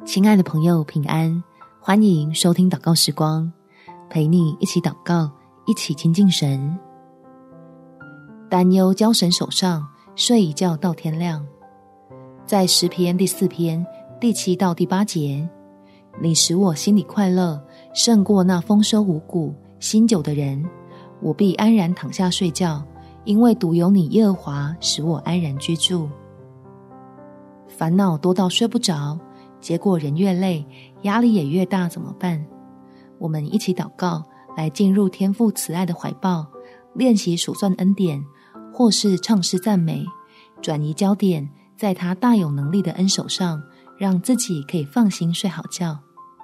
亲爱的朋友，平安，欢迎收听祷告时光，陪你一起祷告，一起亲近神。担忧交神手上，睡一觉到天亮。在诗篇第4篇第7到第8节，你使我心里快乐，胜过那丰收五谷新酒的人。我必安然躺下睡觉，因为独有你耶和华使我安然居住。烦恼多到睡不着，结果人越累，压力也越大，怎么办？我们一起祷告，来进入天父慈爱的怀抱，练习数算恩典，或是唱诗赞美，转移焦点，在他大有能力的恩手上，让自己可以放心睡好觉。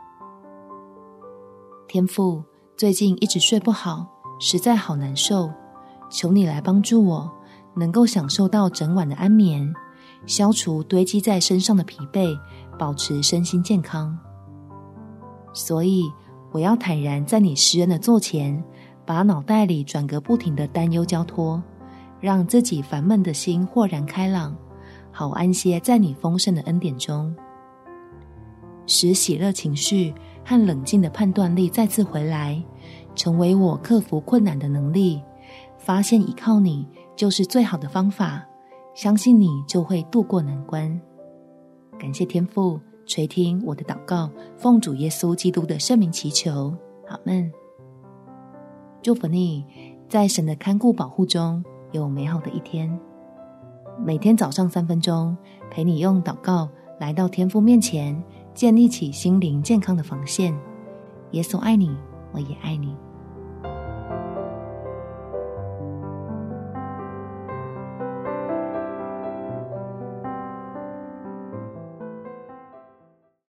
天父，最近一直睡不好，实在好难受，求你来帮助我，能够享受到整晚的安眠，消除堆积在身上的疲惫，保持身心健康。所以我要坦然在你施恩的座前，把脑袋里转个不停的担忧交托，让自己烦闷的心豁然开朗，好安歇在你丰盛的恩典中，使喜乐情绪和冷静的判断力再次回来，成为我克服困难的能力。发现依靠你就是最好的方法，相信你就会度过难关。感谢天父垂听我的祷告，奉主耶稣基督的圣名祈求，阿们。祝福你在神的看顾保护中有美好的一天。每天早上3分钟，陪你用祷告来到天父面前，建立起心灵健康的防线。耶稣爱你，我也爱你。